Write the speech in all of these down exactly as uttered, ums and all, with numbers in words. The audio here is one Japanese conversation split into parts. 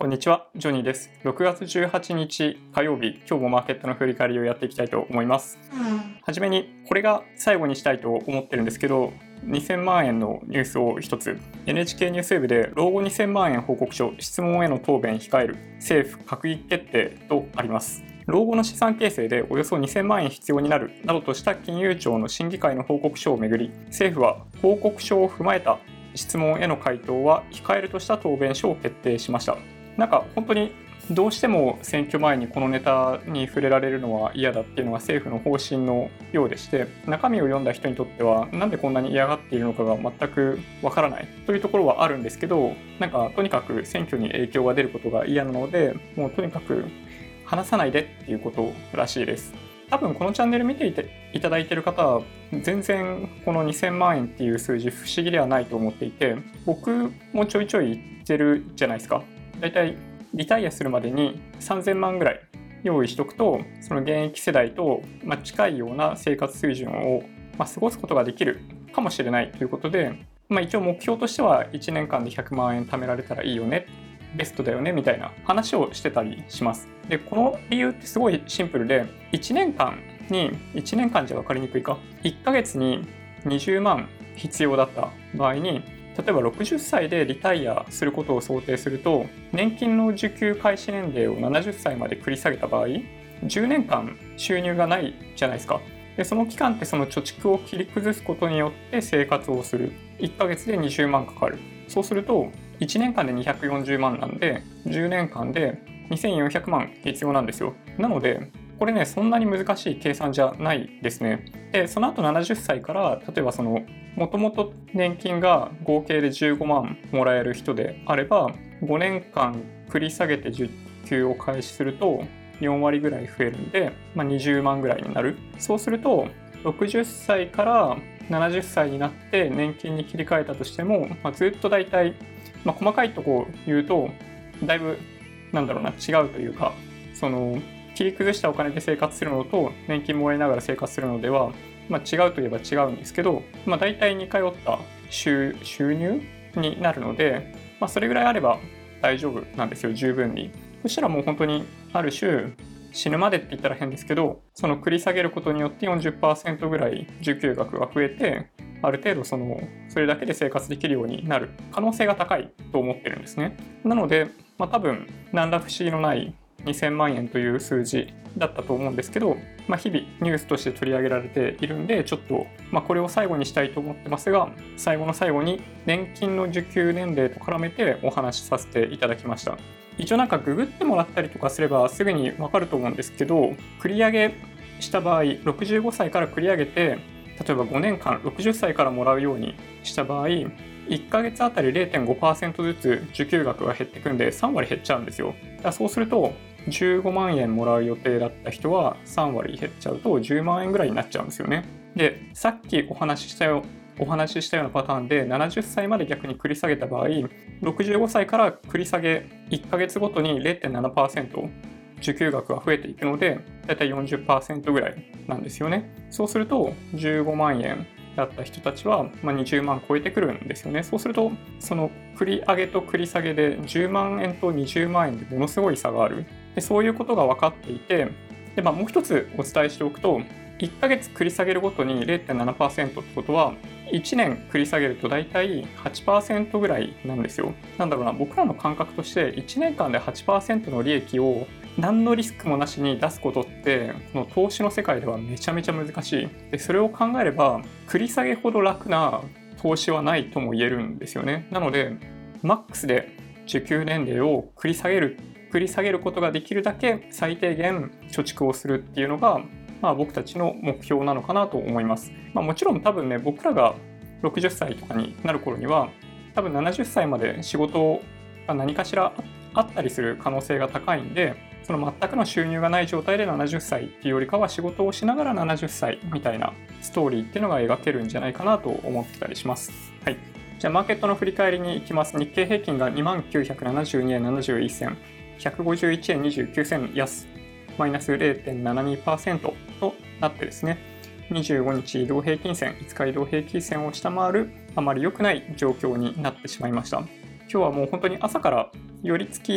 こんにちは、ジョニーです。ろくがつじゅうはちにち火曜日、今日もマーケットの振り返りをやっていきたいと思います。はじめに、これが最後にしたいと思ってるんですけど、にせんまんえんのニュースを一つ。エヌエイチケー ニュースウェブで老後にせんまんえん報告書、質問への答弁控える、政府閣議決定とあります。老後の資産形成でおよそにせんまんえん必要になるなどとした金融庁の審議会の報告書をめぐり、政府は報告書を踏まえた質問への回答は控えるとした答弁書を決定しました。なんか本当にどうしても選挙前にこのネタに触れられるのは嫌だっていうのが政府の方針のようでして、中身を読んだ人にとってはなんでこんなに嫌がっているのかが全くわからないというところはあるんですけど、なんかとにかく選挙に影響が出ることが嫌なので、もうとにかく話さないでっていうことらしいです。多分このチャンネル見ていていただいている方は全然このにせんまんえんっていう数字不思議ではないと思っていて、僕もちょいちょい言ってるじゃないですか。だいたいリタイアするまでにさんぜんまんぐらい用意しとくと、その現役世代とまあ近いような生活水準をまあ過ごすことができるかもしれないということで、まあ、一応目標としてはいちねんかんでひゃくまんえん貯められたらいいよね、ベストだよねみたいな話をしてたりします。で、この理由ってすごいシンプルで、いちねんかんにいちねんかんじゃ分かりにくいか、いっかげつににじゅうまん必要だった場合に、例えばろくじゅっさいでリタイアすることを想定すると、年金の受給開始年齢をななじゅっさいまで繰り下げた場合、じゅうねんかん収入がないじゃないですか。で、その期間ってその貯蓄を切り崩すことによって生活をする。いっかげつでにじゅうまんかかる。そうするといちねんかんでにひゃくよんじゅうまんなんで、じゅうねんかんでにせんよんひゃくまん必要なんですよ。なのでこれね、そんなに難しい計算じゃないですね。で、その後ななじゅっさいから、例えばそのもともと年金が合計でじゅうごまんもらえる人であれば、ごねんかん繰り下げて受給を開始するとよんわりぐらい増えるんで、まあ、にじゅうまんぐらいになる。そうするとろくじゅっさいからななじゅっさいになって年金に切り替えたとしても、まあ、ずっと大体、まあ、細かいところを言うとだいぶなんだろうな違うというか、その切り崩したお金で生活するのと年金もらいながら生活するのでは、まあ、違うといえば違うんですけど、まあ、大体似通った収入になるので、まあ、それぐらいあれば大丈夫なんですよ、十分に。そしたらもう本当にある種死ぬまでって言ったら変ですけど、その繰り下げることによって よんじゅっパーセント ぐらい受給額が増えて、ある程度そのそれだけで生活できるようになる可能性が高いと思ってるんですね。なので、まあ、多分何ら不思議のないにせんまんえんという数字だったと思うんですけど、まあ、日々ニュースとして取り上げられているんで、ちょっと、まあ、これを最後にしたいと思ってますが、最後の最後に年金の受給年齢と絡めてお話しさせていただきました。一応なんかググってもらったりとかすればすぐにわかると思うんですけど、繰り上げした場合、ろくじゅうごさいから繰り上げて、例えばごねんかんろくじゅっさいからもらうようにした場合、いっかげつあたり れいてんごパーセント ずつ受給額が減ってくんでさんわり減っちゃうんですよ。だからそうするとじゅうごまんえんもらう予定だった人はさんわり減っちゃうとじゅうまんえんぐらいになっちゃうんですよね。で、さっきお話ししたよお話ししたようなパターンでななじゅっさいまで逆に繰り下げた場合、ろくじゅうごさいから繰り下げいっかげつごとに れいてんななパーセント 受給額が増えていくので、だいたい よんじゅっパーセント ぐらいなんですよね。そうするとじゅうごまんえんだった人たちはにじゅうまん超えてくるんですよね。そうするとその繰り上げと繰り下げでじゅうまんえんとにじゅうまんえんでものすごい差がある。で、そういうことが分かっていて、で、まあ、もう一つお伝えしておくと、いっかげつ繰り下げるごとに れいてんななパーセント ってことは、いちねん繰り下げると大体 はちパーセント ぐらいなんですよ。なんだろうな、僕らの感覚としていちねんかんで はちパーセント の利益を何のリスクもなしに出すことって、この投資の世界ではめちゃめちゃ難しい。で、それを考えれば繰り下げほど楽な投資はないとも言えるんですよね。なのでマックスで受給年齢を繰り下げる繰り下げることができるだけ最低限貯蓄をするっていうのが、まあ、僕たちの目標なのかなと思います。まあ、もちろん多分ね、僕らがろくじゅっさいとかになる頃には多分ななじゅっさいまで仕事が何かしらあったりする可能性が高いんで、その全くの収入がない状態でななじゅっさいっていうよりかは仕事をしながらななじゅっさいみたいなストーリーっていうのが描けるんじゃないかなと思ってたりします。はい。じゃあマーケットの振り返りに行きます。日経平均が にまんきゅうひゃくななじゅうにえんななじゅういっせん、ひゃくごじゅういちえんにじゅうきゅうせん安、マイナス れいてんななにパーセント となってですね、にじゅうごにち移動平均線、いつか移動平均線を下回るあまり良くない状況になってしまいました。今日はもう本当に朝から寄り付き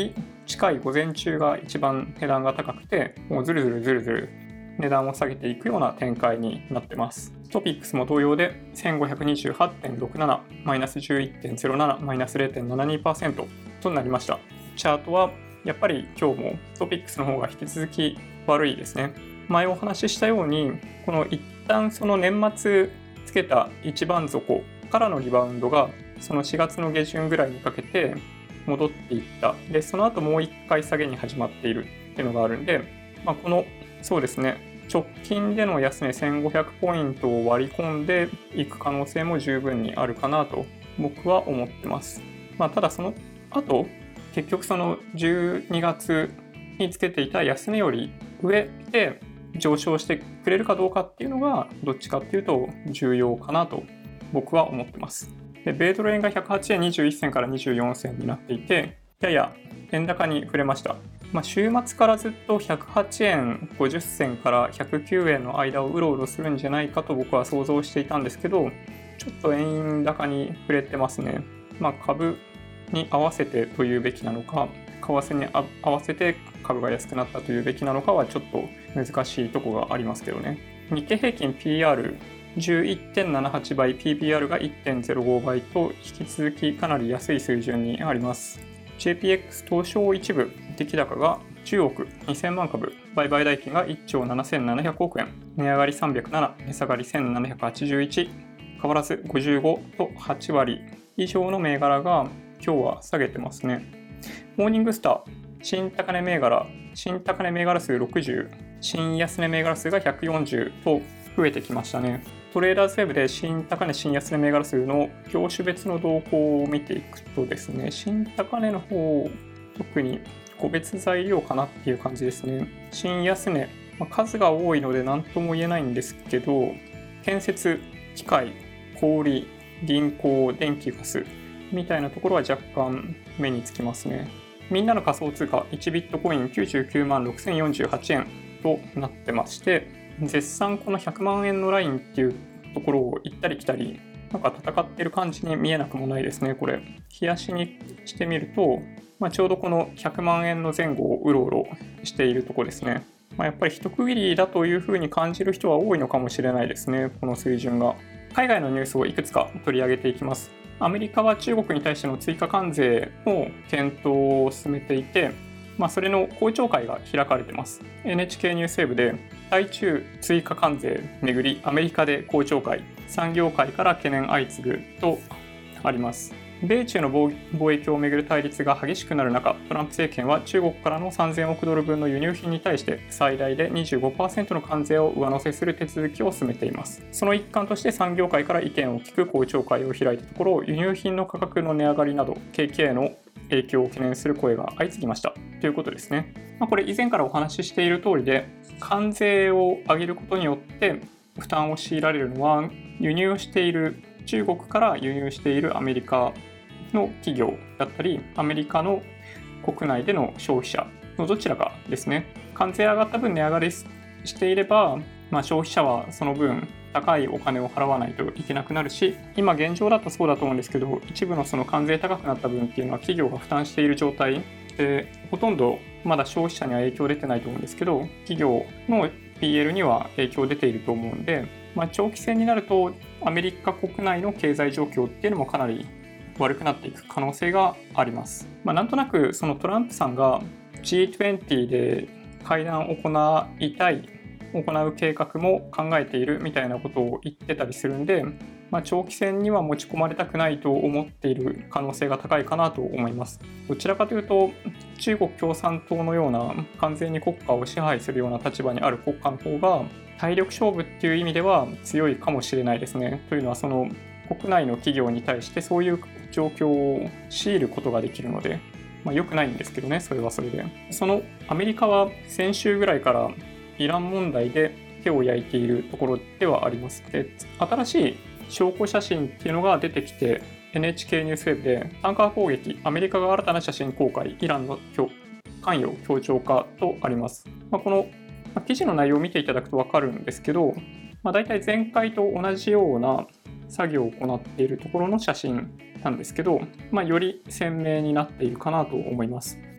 近い午前中が一番値段が高くて、もうずるずるずるずる値段を下げていくような展開になってます。トピックスも同様で せんごひゃくにじゅうはちてんろくなな、マイナス じゅういってんゼロなな、マイナス れいてんななにパーセント となりました。チャートはやっぱり今日もトピックスの方が引き続き悪いですね。前お話ししたように、この一旦その年末つけた一番底からのリバウンドがそのしがつの下旬ぐらいにかけて戻っていった。で、その後もう一回下げに始まっているっていうのがあるんで、まあ、このそうですね、直近での安値せんごひゃくポイントを割り込んでいく可能性も十分にあるかなと僕は思ってます。まあ、ただその後結局そのじゅうにがつにつけていた安値より上で上昇してくれるかどうかっていうのがどっちかっていうと重要かなと僕は思ってます。で、米ドル円がひゃくはちえんにじゅういっせんからにじゅうよんせんになっていて、やや円高に触れました。まあ、週末からずっとひゃくはちえんごじゅっせんからひゃくきゅうえんの間をうろうろするんじゃないかと僕は想像していたんですけど、ちょっと円高に触れてますね。まあ、株に合わせてというべきなのか、為替に合わせて株が安くなったというべきなのかはちょっと難しいところがありますけどね。日経平均 ピーアールじゅういってんななはち 倍、ピービーアール が いってんゼロご 倍と引き続きかなり安い水準にあります。ジェーピーエックス 東証一部出来高がじゅうおくにせんまん株、売買代金がいっちょうななせんななひゃくおくえん、値上がりさんびゃくなな、値下がりせんななひゃくはちじゅういち、変わらずごじゅうごとはちわり以上の銘柄が今日は下げてますね。モーニングスター、新高値銘柄、新高値銘柄数ろくじゅう、新安値銘柄数がひゃくよんじゅうと増えてきましたね。トレーダーズウェブで新高値新安値銘柄数の業種別の動向を見ていくとですね、新高値の方、特に個別材料かなっていう感じですね。新安値、まあ、数が多いので何とも言えないんですけど、建設、機械、小売、銀行、電気ガスみたいなところは若干目につきますね。みんなの仮想通貨いちビットコインきゅうじゅうきゅうまんろくせんよんじゅうはちえんとなってまして、絶賛このひゃくまんえんのラインっていうところを行ったり来たり、なんか戦ってる感じに見えなくもないですね、これ。冷やしにしてみると、まあ、ちょうどこのひゃくまんえんの前後をうろうろしているところですね。まあ、やっぱり一区切りだというふうに感じる人は多いのかもしれないですね、この水準が。海外のニュースをいくつか取り上げていきます。アメリカは中国に対しての追加関税の検討を進めていて、まあ、それの公聴会が開かれています。エヌエイチケー ニュースウェブで対中追加関税めぐりアメリカで公聴会、産業界から懸念相次ぐとあります。米中の貿易をめぐる対立が激しくなる中、トランプ政権は中国からのさんぜんおくドル分の輸入品に対して最大で にじゅうごパーセント の関税を上乗せする手続きを進めています。その一環として産業界から意見を聞く公聴会を開いたところ、輸入品の価格の値上がりなど景気への影響を懸念する声が相次ぎましたということですね。まあ、これ以前からお話ししている通りで、関税を上げることによって負担を強いられるのは輸入している中国から輸入しているアメリカの企業だったり、アメリカの国内での消費者のどちらかですね。関税上がった分値上がりしていれば、まあ、消費者はその分高いお金を払わないといけなくなるし、今現状だとそうだと思うんですけど、一部のその関税高くなった分っていうのは企業が負担している状態で、ほとんどまだ消費者には影響出てないと思うんですけど、企業の ピーエル には影響出ていると思うんで、まあ、長期戦になるとアメリカ国内の経済状況っていうのもかなり悪くなっていく可能性があります。まあ、なんとなくそのトランプさんが ジーにじゅう で会談を行いたい、行う計画も考えているみたいなことを言ってたりするんで、まあ、長期戦には持ち込まれたくないと思っている可能性が高いかなと思います。どちらかというと中国共産党のような完全に国家を支配するような立場にある国家の方が体力勝負っていう意味では強いかもしれないですね。というのはその国内の企業に対してそういう状況を強いることができるので、まあ、良くないんですけどね、それはそれで。そのアメリカは先週ぐらいからイラン問題で手を焼いているところではあります。で、新しい証拠写真っていうのが出てきて、エヌエイチケー ニュースウェブでタンカー攻撃、アメリカが新たな写真公開、イランの関与強調化とあります。まあ、この記事の内容を見ていただくと分かるんですけど、まあ、大体前回と同じような作業を行っているところの写真なんですけど、まあ、より鮮明になっているかなと思います。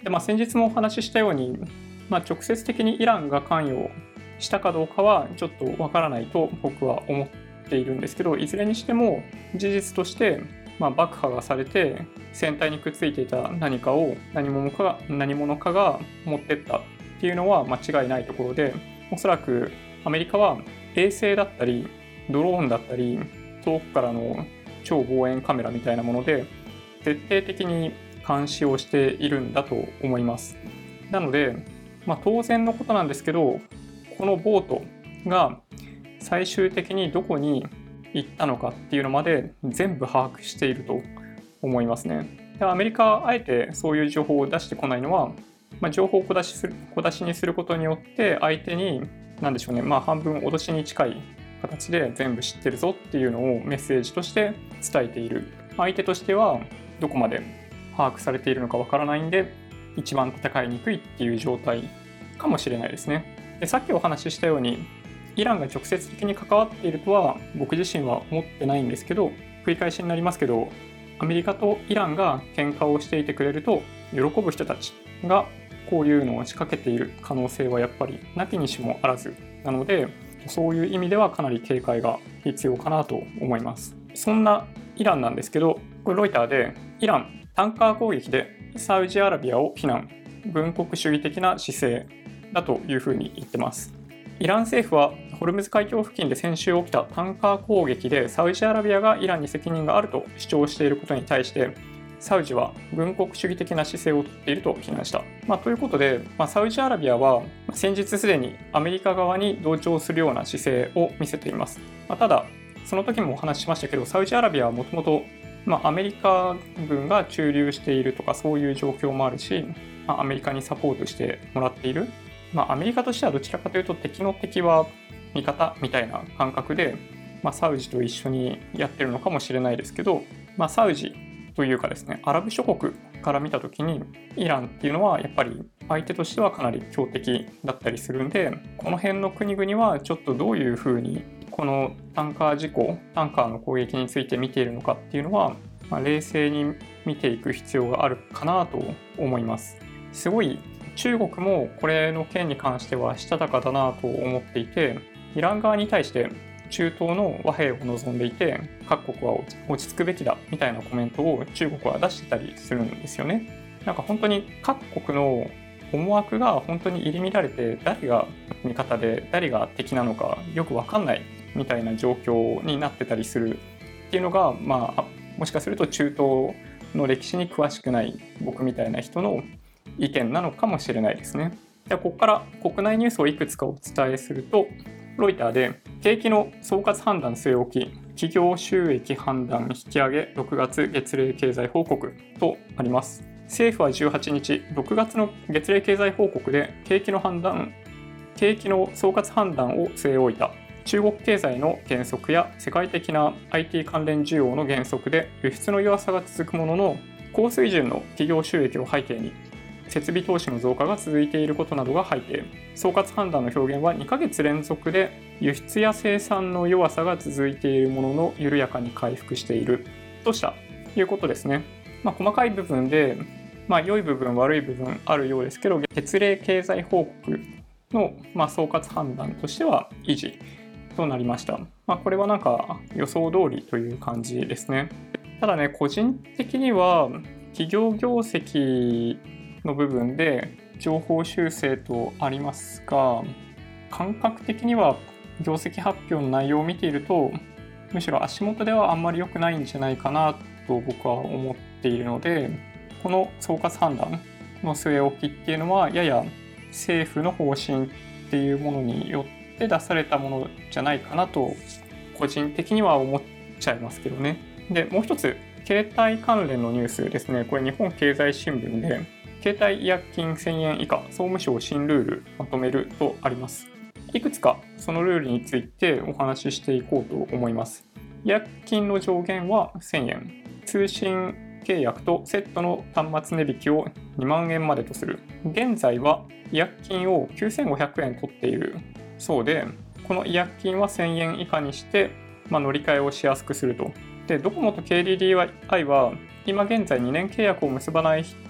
で、まあ、先日もお話ししたように、まあ、直接的にイランが関与したかどうかはちょっとわからないと僕は思っているんですけど、いずれにしても事実として、まあ、爆破がされて船体にくっついていた何かを何者かが何者かが持ってったっていうのは間違いないところで、おそらくアメリカは衛星だったりドローンだったり遠くからの超望遠カメラみたいなもので徹底的に監視をしているんだと思います。なので、まあ、当然のことなんですけど、このボートが最終的にどこに行ったのかっていうのまで全部把握していると思いますね。で、アメリカはあえてそういう情報を出してこないのは、まあ、情報を小出しする、小出しにすることによって相手に何でしょうね、まあ、半分脅しに近い形で全部知ってるぞっていうのをメッセージとして伝えている。相手としてはどこまで把握されているのかわからないんで一番戦いにくいっていう状態かもしれないですね。で、さっきお話ししたようにイランが直接的に関わっているとは僕自身は思ってないんですけど、繰り返しになりますけど、アメリカとイランが喧嘩をしていてくれると喜ぶ人たちがこういうのを仕掛けている可能性はやっぱりなきにしもあらずなので、そういう意味ではかなり警戒が必要かなと思います。そんなイランなんですけど、これロイターでイランタンカー攻撃でサウジアラビアを非難、軍国主義的な姿勢だというふうに言ってます。イラン政府はホルムズ海峡付近で先週起きたタンカー攻撃でサウジアラビアがイランに責任があると主張していることに対して、サウジは軍国主義的な姿勢をとっていると非難した。まあ、ということで、まあ、サウジアラビアは先日すでにアメリカ側に同調するような姿勢を見せています。まあ、ただ、その時もお話ししましたけど、サウジアラビアはもともとアメリカ軍が駐留しているとかそういう状況もあるし、まあ、アメリカにサポートしてもらっている。まあ、アメリカとしてはどちらかというと敵の敵は味方みたいな感覚で、まあ、サウジと一緒にやってるのかもしれないですけど、まあ、サウジというかですね、アラブ諸国から見たときにイランっていうのはやっぱり相手としてはかなり強敵だったりするんで、この辺の国々はちょっとどういうふうにこのタンカー事故、タンカーの攻撃について見ているのかっていうのは、まあ、冷静に見ていく必要があるかなと思います。すごい中国もこれの件に関してはしたたかだなと思っていて、イラン側に対して中東の和平を望んでいて、各国は落ち着くべきだみたいなコメントを中国は出してたりするんですよね。なんか本当に各国の思惑が本当に入り乱れて、誰が味方で誰が敵なのかよく分かんないみたいな状況になってたりするっていうのが、まあもしかすると中東の歴史に詳しくない僕みたいな人の意見なのかもしれないですね。ではここから国内ニュースをいくつかお伝えすると、ロイターで景気の総括判断据え置き、企業収益判断引き上げろくがつ月例経済報告とあります。政府はじゅうはちにち、ろくがつの月例経済報告で景気の判断、景気の総括判断を据え置いた。中国経済の減速や世界的な アイティー 関連需要の減速で輸出の弱さが続くものの、高水準の企業収益を背景に設備投資の増加が続いていることなどが背景。総括判断の表現はにかげつ連続で輸出や生産の弱さが続いているものの緩やかに回復しているとしたということですね。まあ、細かい部分で、まあ、良い部分悪い部分あるようですけど、月例経済報告の、まあ、総括判断としては維持となりました。まあ、これはなんか予想通りという感じですね。ただね、個人的には企業業績の部分で情報修正とありますが、感覚的には業績発表の内容を見ていると、むしろ足元ではあんまり良くないんじゃないかなと僕は思っているので、この総括判断の据え置きっていうのはやや政府の方針っていうものによって出されたものじゃないかなと個人的には思っちゃいますけどね。で、もう一つ携帯関連のニュースですね。これ日本経済新聞で携帯違約金せんえん以下、総務省新ルールまとめるとあります。いくつかそのルールについてお話ししていこうと思います。違約金の上限はせんえん、通信契約とセットの端末値引きをにまんえんまでとする。現在は違約金をきゅうせんごひゃくえん取っているそうで、この違約金はせんえん以下にして、まあ、乗り換えをしやすくすると。で、ドコモと ケーディーディーアイ は今現在にねん契約を結ばない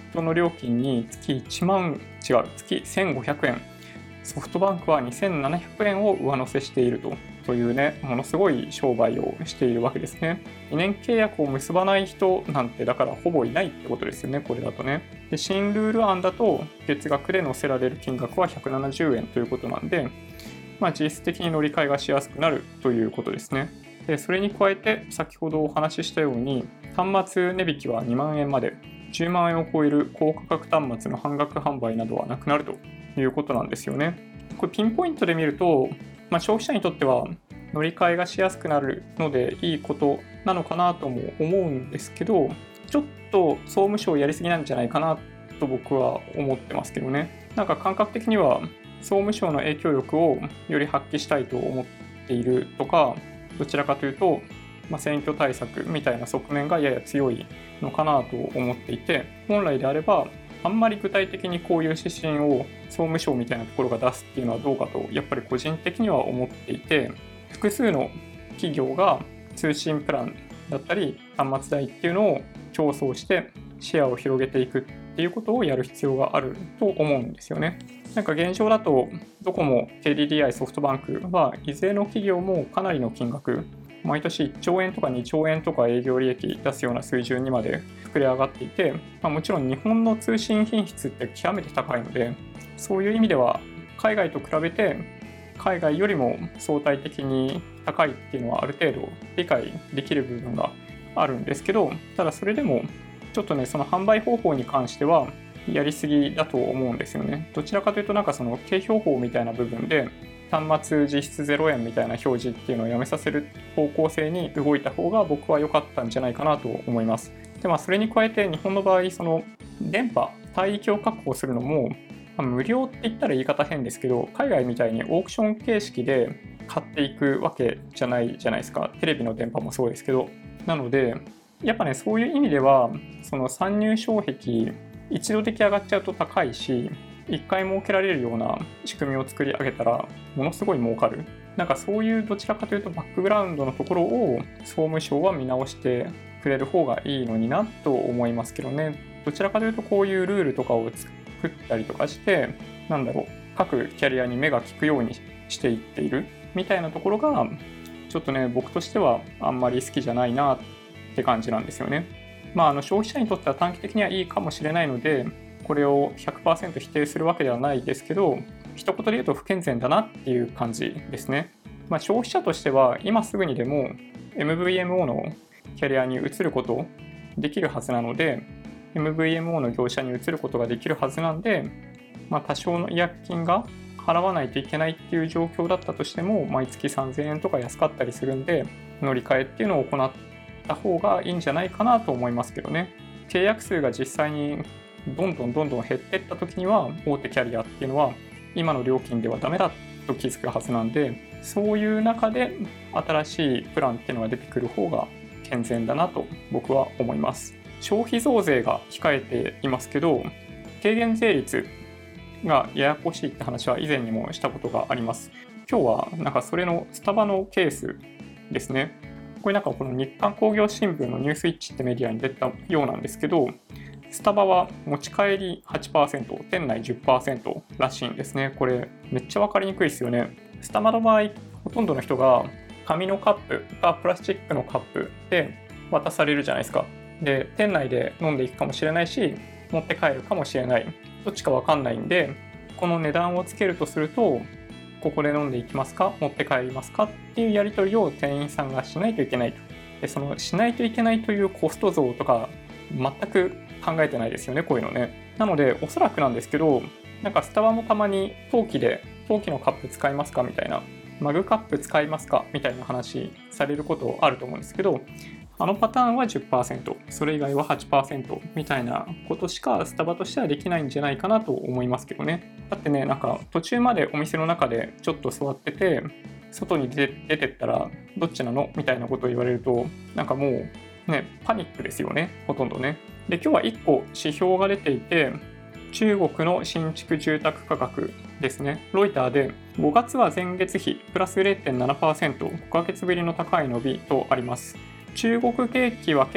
トの料金に月いちまん、違う、月せんごひゃくえん。ソフトバンクはにせんななひゃくえんを上乗せしていると。というね、ものすごい商売をしているわけですね。にねん契約を結ばない人なんてだからほぼいないってことですよね、これだとね。で、新ルール案だと月額で乗せられる金額はひゃくななじゅうえんということなんで、まあ、実質的に乗り換えがしやすくなるということですね。で、それに加えて先ほどお話ししたように、端末値引きはにまんえんまで、じゅうまんえんを超える高価格端末の半額販売などはなくなるということなんですよね。これピンポイントで見ると、まあ、消費者にとっては乗り換えがしやすくなるのでいいことなのかなとも思うんですけど、ちょっと総務省やりすぎなんじゃないかなと僕は思ってますけどね。なんか感覚的には総務省の影響力をより発揮したいと思っているとか、どちらかというと、まあ、選挙対策みたいな側面がやや強いのかなと思っていて、本来であればあんまり具体的にこういう指針を総務省みたいなところが出すっていうのはどうかとやっぱり個人的には思っていて、複数の企業が通信プランだったり端末代っていうのを競争してシェアを広げていくっていうことをやる必要があると思うんですよね。なんか現状だとドコモ、ケーディーディーアイ、ソフトバンクはいずれの企業もかなりの金額、毎年いっちょうえんとかにちょうえんとか営業利益出すような水準にまで膨れ上がっていて、まあ、もちろん日本の通信品質って極めて高いので、そういう意味では海外と比べて海外よりも相対的に高いっていうのはある程度理解できる部分があるんですけど、ただそれでもちょっとね、その販売方法に関してはやりすぎだと思うんですよね。どちらかというとなんかその景評法みたいな部分で端末実質ゼロえんみたいな表示っていうのをやめさせる方向性に動いた方が僕は良かったんじゃないかなと思います。で、まあそれに加えて日本の場合、その電波、帯域を確保するのも、まあ、無料って言ったら言い方変ですけど、海外みたいにオークション形式で買っていくわけじゃないじゃないですか。テレビの電波もそうですけど。なので、やっぱね、そういう意味では、その参入障壁、一度出来上がっちゃうと高いし、一回設けられるような仕組みを作り上げたらものすごい儲かる。なんかそういうどちらかというとバックグラウンドのところを総務省は見直してくれる方がいいのになと思いますけどね。どちらかというとこういうルールとかを作ったりとかして、なんだろう、各キャリアに目が利くようにしていっているみたいなところがちょっとね、僕としてはあんまり好きじゃないなって感じなんですよね。まあ、あの消費者にとっては短期的にはいいかもしれないので、これを ひゃくパーセント 否定するわけではないですけど、一言で言うと不健全だなっていう感じですね。まあ、消費者としては今すぐにでも エムブイエムオー のキャリアに移ることできるはずなので、エムブイエムオー の業者に移ることができるはずなんで、まあ、多少の違約金が払わないといけないっていう状況だったとしても、毎月さんぜんえんとか安かったりするんで、乗り換えっていうのを行った方がいいんじゃないかなと思いますけどね。契約数が実際にどんどんどんどん減っていった時には、大手キャリアっていうのは今の料金ではダメだと気づくはずなんで、そういう中で新しいプランっていうのが出てくる方が健全だなと僕は思います。消費増税が控えていますけど、軽減税率がややこしいって話は以前にもしたことがあります。今日はなんかそれのスタバのケースですね。これなんかこの日刊工業新聞のニュースイッチってメディアに出たようなんですけど、スタバは持ち帰り はちパーセント、店内 じゅっパーセント らしいんですね。これめっちゃ分かりにくいですよね。スタバの場合、ほとんどの人が紙のカップかプラスチックのカップで渡されるじゃないですか。で、店内で飲んでいくかもしれないし、持って帰るかもしれない。どっちか分かんないんで、この値段をつけるとすると、ここで飲んでいきますか、持って帰りますかっていうやり取りを店員さんがしないといけないと。で、そのしないといけないというコスト増とか全く考えてないですよね、こういうのね。なので、おそらくなんですけど、なんかスタバもたまに陶器で、陶器のカップ使いますかみたいな、マグカップ使いますかみたいな話されることあると思うんですけど、あのパターンは じゅっパーセント、それ以外は はちパーセント みたいなことしかスタバとしてはできないんじゃないかなと思いますけどね。だってね、なんか途中までお店の中でちょっと座ってて、外に出て、出てったらどっちなのみたいなことを言われると、なんかもうね、パニックですよね、ほとんどね。で、今日はいっこ指標が出ていて、中国の新築住宅価格ですね。ロイターでごがつは前月比プラス れいてんななパーセント、ごかげつぶりの高い伸びとあります。中国景気は結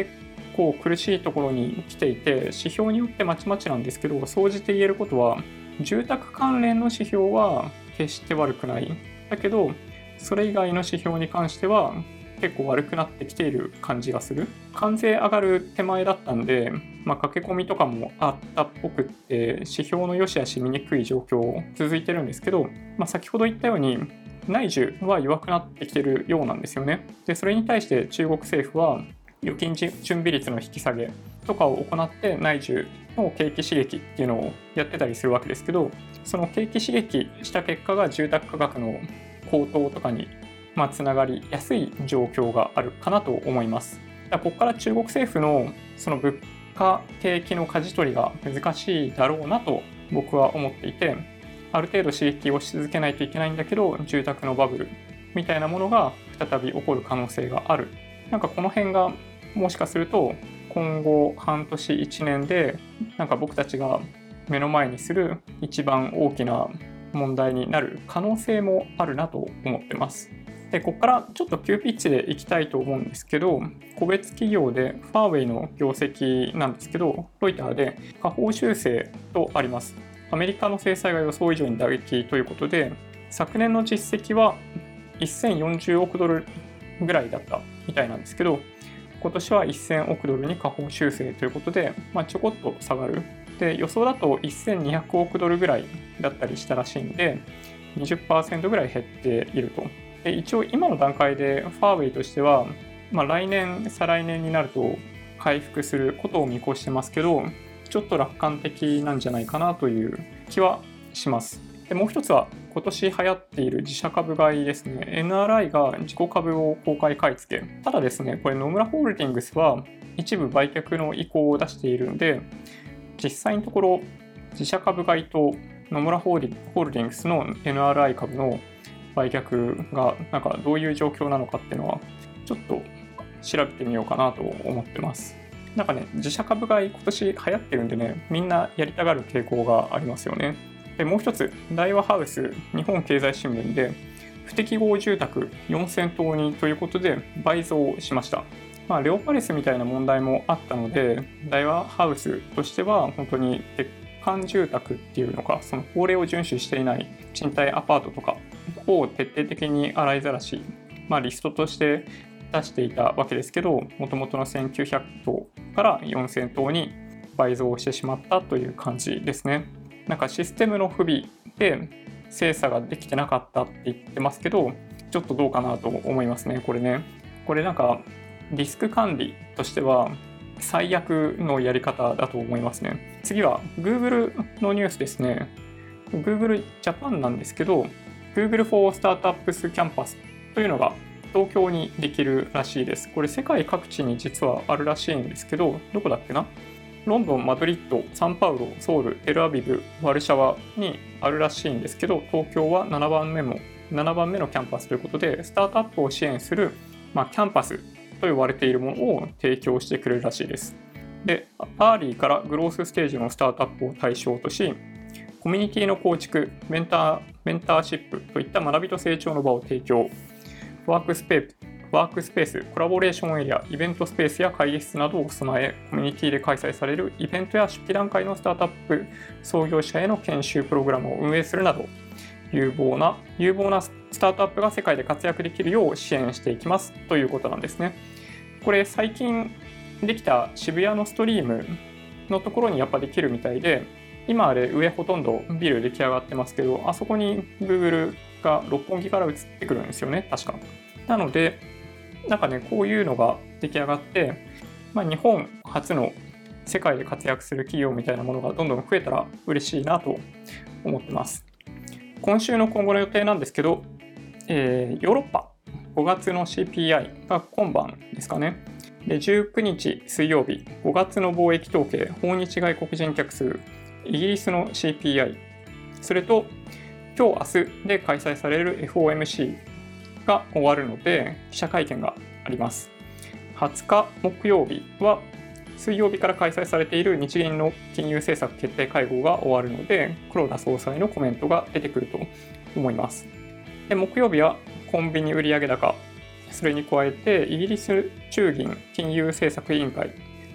構苦しいところに来ていて、指標によってまちまちなんですけど、総じて言えることは、住宅関連の指標は決して悪くない。だけど、それ以外の指標に関しては結構悪くなってきている感じがする。関税上がる手前だったんで、まあ、駆け込みとかもあったっぽくって、指標の良し悪し見にくい状況続いてるんですけど、まあ、先ほど言ったように、内需は弱くなってきてるようなんですよね。で、それに対して中国政府は預金準備率の引き下げとかを行って内需の景気刺激っていうのをやってたりするわけですけど、その景気刺激した結果が住宅価格の高騰とかにまあつながりやすい状況があるかなと思います。だからここから中国政府のその物価景気の舵取りが難しいだろうなと僕は思っていて、ある程度刺激をし続けないといけないんだけど、住宅のバブルみたいなものが再び起こる可能性がある。なんかこの辺がもしかすると今後半年いちねんでなんか僕たちが目の前にする一番大きな問題になる可能性もあるなと思ってます。で、ここからちょっと急ピッチでいきたいと思うんですけど、個別企業でファーウェイの業績なんですけど、ロイターで下方修正とあります。アメリカの制裁が予想以上に打撃ということで、昨年の実績はせんよんじゅうおくドルぐらいだったみたいなんですけど、今年はせんおくドルに下方修正ということで、まあ、ちょこっと下がる。で、予想だとせんにひゃくおくドルぐらいだったりしたらしいんで、にじゅっパーセント ぐらい減っていると。で、一応今の段階でファーウェイとしては、まあ、来年、再来年になると回復することを見越してますけど、ちょっと楽観的なんじゃないかなという気はします。で、もう一つは今年流行っている自社株買いですね。エヌアールアイ が自己株を公開買い付け。ただですね、これ野村ホールディングスは一部売却の意向を出しているんで、実際のところ自社株買いと野村ホールディングスの エヌアールアイ 株の売却がなんかどういう状況なのかっていうのはちょっと調べてみようかなと思ってます。なんかね、自社株買い今年流行ってるんでね、みんなやりたがる傾向がありますよね。で、もう一つ、大和ハウス日本経済新聞で不適合住宅よんせんとうにということで倍増しました。まあ、レオパレスみたいな問題もあったので、大和ハウスとしては本当に鉄管住宅っていうのか、その法令を遵守していない賃貸アパートとかを徹底的に洗いざらし、まあ、リストとして出していたわけですけど、もともとのせんきゅうひゃくとうからよんせんとうに倍増してしまったという感じですね。なんかシステムの不備で精査ができてなかったって言ってますけど、ちょっとどうかなと思いますね、これね。これなんかリスク管理としては最悪のやり方だと思いますね。次は Google のニュースですね。Google Japan なんですけど、Google for Startups Campus というのが東京にできるらしいです。これ世界各地に実はあるらしいんですけど、どこだっけな？ロンドン、マドリッド、サンパウロ、ソウル、テルアビブ、ワルシャワにあるらしいんですけど、東京はななばんめもななばんめのキャンパスということで、スタートアップを支援する、まあ、キャンパスと呼ばれているものを提供してくれるらしいです。で、アーリーからグロースステージのスタートアップを対象とし、コミュニティの構築、メンター、メンターシップといった学びと成長の場を提供、ワークスペース、ワークスペース、コラボレーションエリア、イベントスペースや会議室などを備え、コミュニティで開催されるイベントや出費段階のスタートアップ創業者への研修プログラムを運営するなど、有望な、有望なスタートアップが世界で活躍できるよう支援していきますということなんですね。これ最近できた渋谷のストリームのところにやっぱできるみたいで、今あれ上ほとんどビル出来上がってますけど、あそこに Google が六本木から移ってくるんですよね、確か。なので、なんかね、こういうのが出来上がって、まあ、日本初の世界で活躍する企業みたいなものがどんどん増えたら嬉しいなと思ってます。今週の今後の予定なんですけど、えー、ヨーロッパごがつの シーピーアイ が今晩ですかね。で、じゅうくにち水曜日、ごがつの貿易統計、訪日外国人客数、イギリスの シーピーアイ、それと今日明日で開催される エフオーエムシー が終わるので記者会見があります。はつか木曜日は水曜日から開催されている日銀の金融政策決定会合が終わるので、黒田総裁のコメントが出てくると思います。で、木曜日はコンビニ売上高、それに加えてイギリス中銀金融政策委員会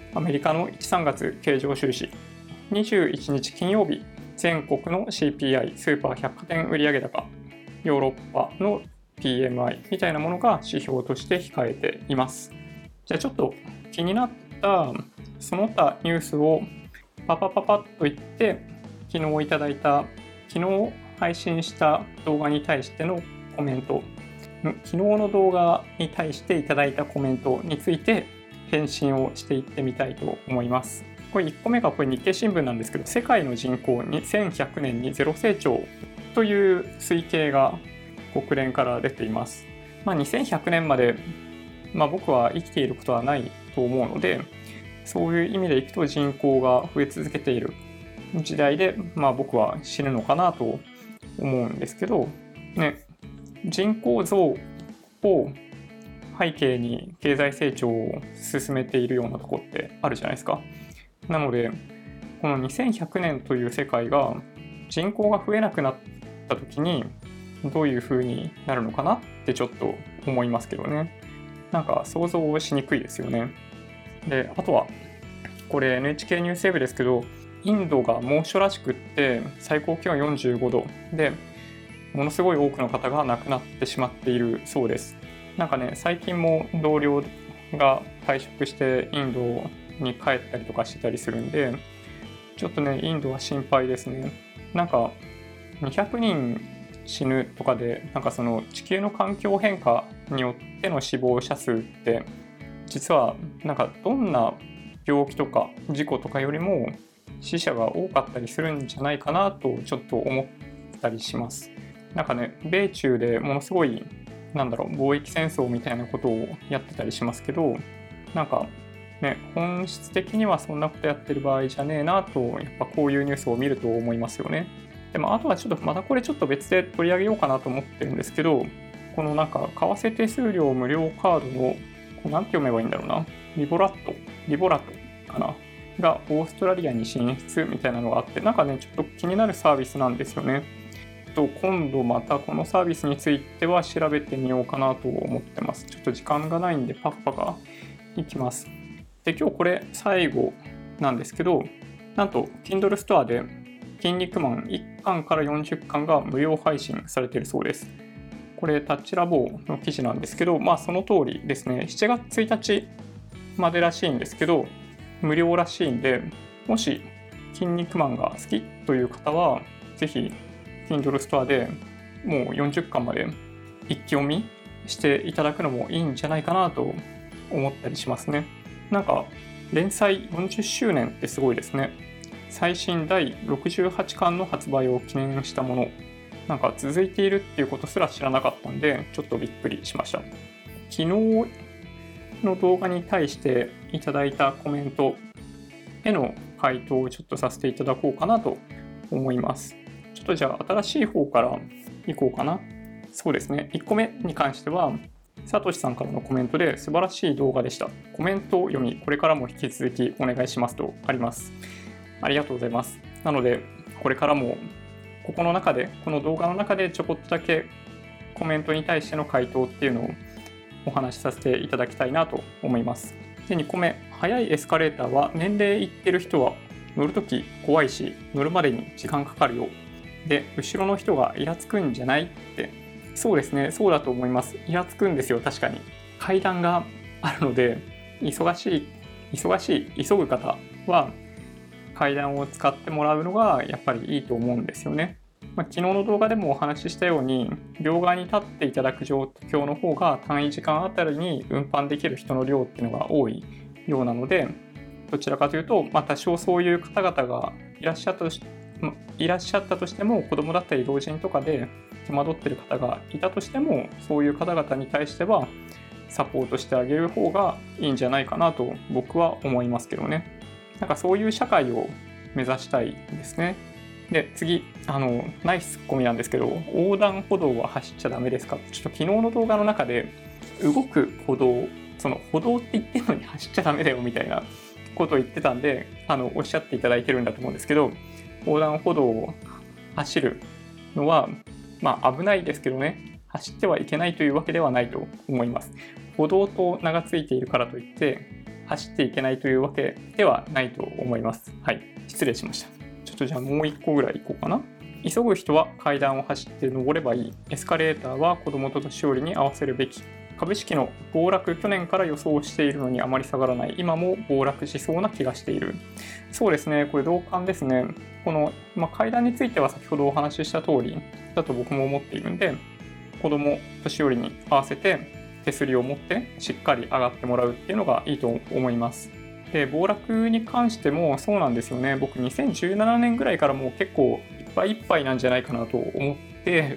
アメリカのいちさんがつ経常収支、にじゅういちにち金曜日、全国の シーピーアイ スーパー百貨店売上高、ヨーロッパの ピーエムアイ みたいなものが指標として控えています。じゃあちょっと気になったその他ニュースをパパパパッと言って、昨日いただいた、昨日配信した動画に対してのコメント、昨日の動画に対していただいたコメントについて返信をしていってみたいと思います。これいっこめがこれ日経新聞なんですけど、世界の人口にせんひゃくねんにゼロ成長という推計が国連から出ています。まあ、にせんひゃくねんまで、まあ、僕は生きていることはないと思うので、そういう意味でいくと人口が増え続けている時代で、まあ、僕は死ぬのかなと思うんですけど、ね、人口増を背景に経済成長を進めているようなところってあるじゃないですか。なので、このにせんひゃくねんという世界が人口が増えなくなった時にどういう風になるのかなってちょっと思いますけどね。なんか想像しにくいですよね。で、あとはこれ エヌエイチケー ニュースウェブですけど、インドが猛暑らしくって最高気温よんじゅうごどで、ものすごい多くの方が亡くなってしまっているそうです。なんかね、最近も同僚が退職してインドに帰ったりとかしてたりするんで、ちょっとね、インドは心配ですね。なんかにひゃくにん死ぬとかで、なんかその地球の環境変化によっての死亡者数って実はなんかどんな病気とか事故とかよりも死者が多かったりするんじゃないかなとちょっと思ったりします。なんかね、米中でものすごいなんだろう貿易戦争みたいなことをやってたりしますけど、なんかね、本質的にはそんなことやってる場合じゃねえなと、やっぱこういうニュースを見ると思いますよね。でもあとはちょっとまたこれちょっと別で取り上げようかなと思ってるんですけど、このなんか為替手数料無料カードの、これなんて読めばいいんだろうな、リボラット、リボラットかながオーストラリアに進出みたいなのがあって、なんかね、ちょっと気になるサービスなんですよね。と今度またこのサービスについては調べてみようかなと思ってます。ちょっと時間がないんでパッパがいきます。で、今日これ最後なんですけど、なんと Kindle ストアで筋肉マンいっかんからよんじゅっかんが無料配信されているそうです。これタッチラボの記事なんですけど、まあその通りですね。しちがつついたちまでらしいんですけど、無料らしいんで、もし筋肉マンが好きという方はぜひ Kindle ストアでもうよんじゅっかんまで一気読みしていただくのもいいんじゃないかなと思ったりしますね。なんか連載よんじゅっしゅうねんってすごいですね。最新だいろくじゅうはちかんの発売を記念したもの、なんか続いているっていうことすら知らなかったんで、ちょっとびっくりしました。昨日の動画に対していただいたコメントへの回答をちょっとさせていただこうかなと思います。ちょっとじゃあ新しい方からいこうかな。そうですね。いっこめに関しては、さとしさんからのコメントで素晴らしい動画でした。コメントを読み、これからも引き続きお願いしますとあります。ありがとうございます。なので、これからもここの中で、この動画の中でちょこっとだけコメントに対しての回答っていうのをお話しさせていただきたいなと思います。で、にこめ、速いエスカレーターは年齢いってる人は乗るとき怖いし、乗るまでに時間かかるよ。で、後ろの人がイラつくんじゃないって。そうですね、そうだと思います。イラつくんですよ、確かに。階段があるので、忙しい、忙しい、急ぐ方は階段を使ってもらうのがやっぱりいいと思うんですよね。まあ、昨日の動画でもお話ししたように、両側に立っていただく状況の方が単位時間あたりに運搬できる人の量っていうのが多いようなので、どちらかというと、まあ、多少そういう方々がいらっしゃったとし、いらっしゃったとしても、子供だったり老人とかで手間取ってる方がいたとしても、そういう方々に対してはサポートしてあげる方がいいんじゃないかなと僕は思いますけどね。なんかそういう社会を目指したいですね。で、次、あの、ナイスツッコミなんですけど、横断歩道は走っちゃダメですか？ちょっと昨日の動画の中で、動く歩道、その歩道って言ってるのに走っちゃダメだよみたいなことを言ってたんで、あの、おっしゃっていただいてるんだと思うんですけど、横断歩道を走るのは、まあ危ないですけどね、走ってはいけないというわけではないと思います。歩道と名が付いているからといって、 走っていけないというわけではないと思います。はい、失礼しました。ちょっとじゃあもう一個ぐらい行こうかな。急ぐ人は階段を走って登ればいい。エスカレーターは子供と年寄りに合わせるべき。株式の暴落、去年から予想しているのにあまり下がらない。今も暴落しそうな気がしている。そうですね、これ同感ですね。この、まあ、階段については先ほどお話しした通りだと僕も思っているんで、子供、年寄りに合わせて手すりを持ってしっかり上がってもらうっていうのがいいと思います。で、暴落に関してもそうなんですよね。僕にせんじゅうななねんぐらいからもう結構いっぱいいっぱいなんじゃないかなと思って、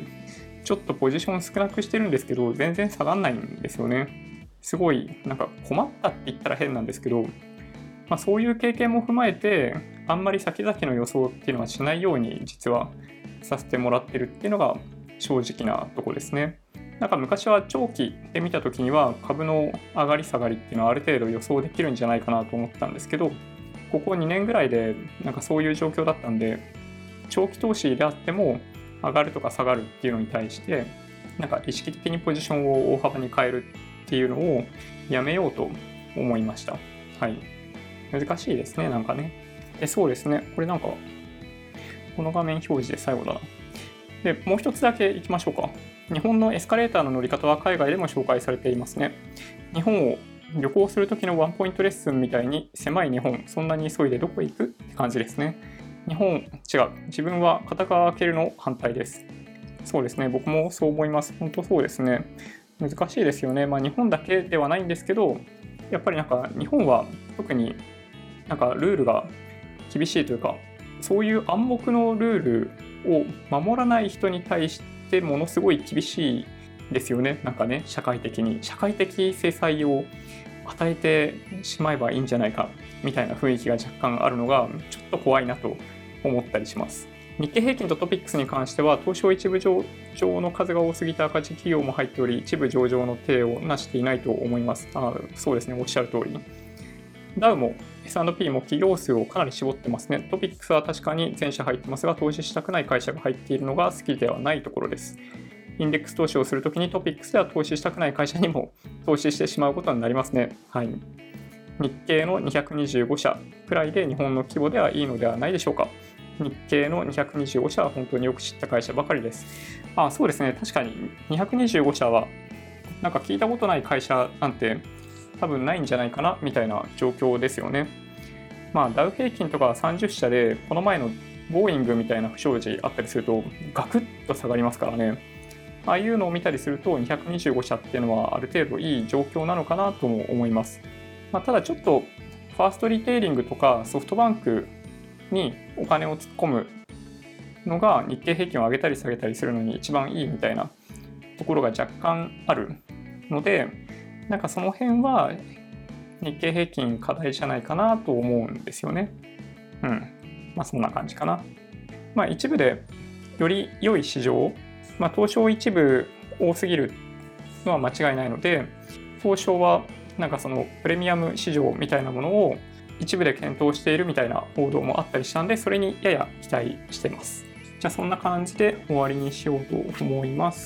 ちょっとポジション少なくしてるんですけど、全然下がんないんですよね。すごいなんか困ったって言ったら変なんですけど、まあ、そういう経験も踏まえて、あんまり先々の予想っていうのはしないように実はさせてもらってるっていうのが正直なとこですね。なんか昔は長期で見た時には株の上がり下がりっていうのはある程度予想できるんじゃないかなと思ったんですけど、ここにねんぐらいでなんかそういう状況だったんで、長期投資であっても上がるとか下がるっていうのに対してなんか意識的にポジションを大幅に変えるっていうのをやめようと思いました。はい。難しいですね、なんかね。で、そうですね。これなんかこの画面表示で最後だな。で、もう一つだけいきましょうか。日本のエスカレーターの乗り方は海外でも紹介されていますね。日本を旅行するときのワンポイントレッスンみたいに狭い日本、そんなに急いでどこ行くって感じですね。日本、違う。自分は片側開けるの反対です。そうですね。僕もそう思います。本当そうですね。難しいですよね。まあ日本だけではないんですけど、やっぱりなんか日本は特になんかルールが厳しいというか、そういう暗黙のルールを守らない人に対してものすごい厳しいですよね。なんかね、社会的に。社会的制裁を与えてしまえばいいんじゃないかみたいな雰囲気が若干あるのがちょっと怖いなと思ったりします。日経平均とトピックスに関しては東証一部上場の数が多すぎた赤字企業も入っており、一部上場の体を成していないと思います。あ、そうですね、おっしゃる通り。ダウも エスアンドピー も企業数をかなり絞ってますね。トピックスは確かに全社入ってますが、投資したくない会社が入っているのが好きではないところです。インデックス投資をするときにトピックスでは投資したくない会社にも投資してしまうことになりますね。はい。日経のにひゃくにじゅうご社くらいで日本の規模ではいいのではないでしょうか。日経のにひゃくにじゅうご社は本当によく知った会社ばかりです。あ、そうですね。確かににひゃくにじゅうご社はなんか聞いたことない会社なんて多分ないんじゃないかなみたいな状況ですよね。まあダウ平均とかさんじゅっ社でこの前のボーイングみたいな不祥事あったりするとガクッと下がりますからね。ああいうのを見たりするとにひゃくにじゅうご社っていうのはある程度いい状況なのかなとも思います。まあ、ただちょっとファーストリテイリングとかソフトバンクにお金を突っ込むのが日経平均を上げたり下げたりするのに一番いいみたいなところが若干あるので、なんかその辺は日経平均課題じゃないかなと思うんですよね。うん。まあそんな感じかな。まあ一部でより良い市場、まあ東証一部多すぎるのは間違いないので、東証はなんかそのプレミアム市場みたいなものを一部で検討しているみたいな報道もあったりしたんで、それにやや期待しています。じゃあそんな感じで終わりにしようと思います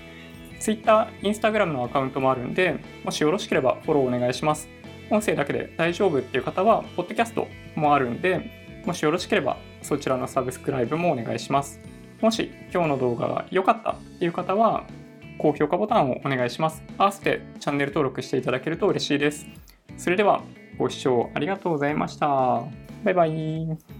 。Twitter、Instagram のアカウントもあるんで、もしよろしければフォローお願いします。音声だけで大丈夫っていう方は、ポッドキャストもあるんで、もしよろしければそちらのサブスクライブもお願いします。もし今日の動画が良かったっていう方は、高評価ボタンをお願いします。合わせてチャンネル登録していただけると嬉しいです。それではご視聴ありがとうございました。バイバイ。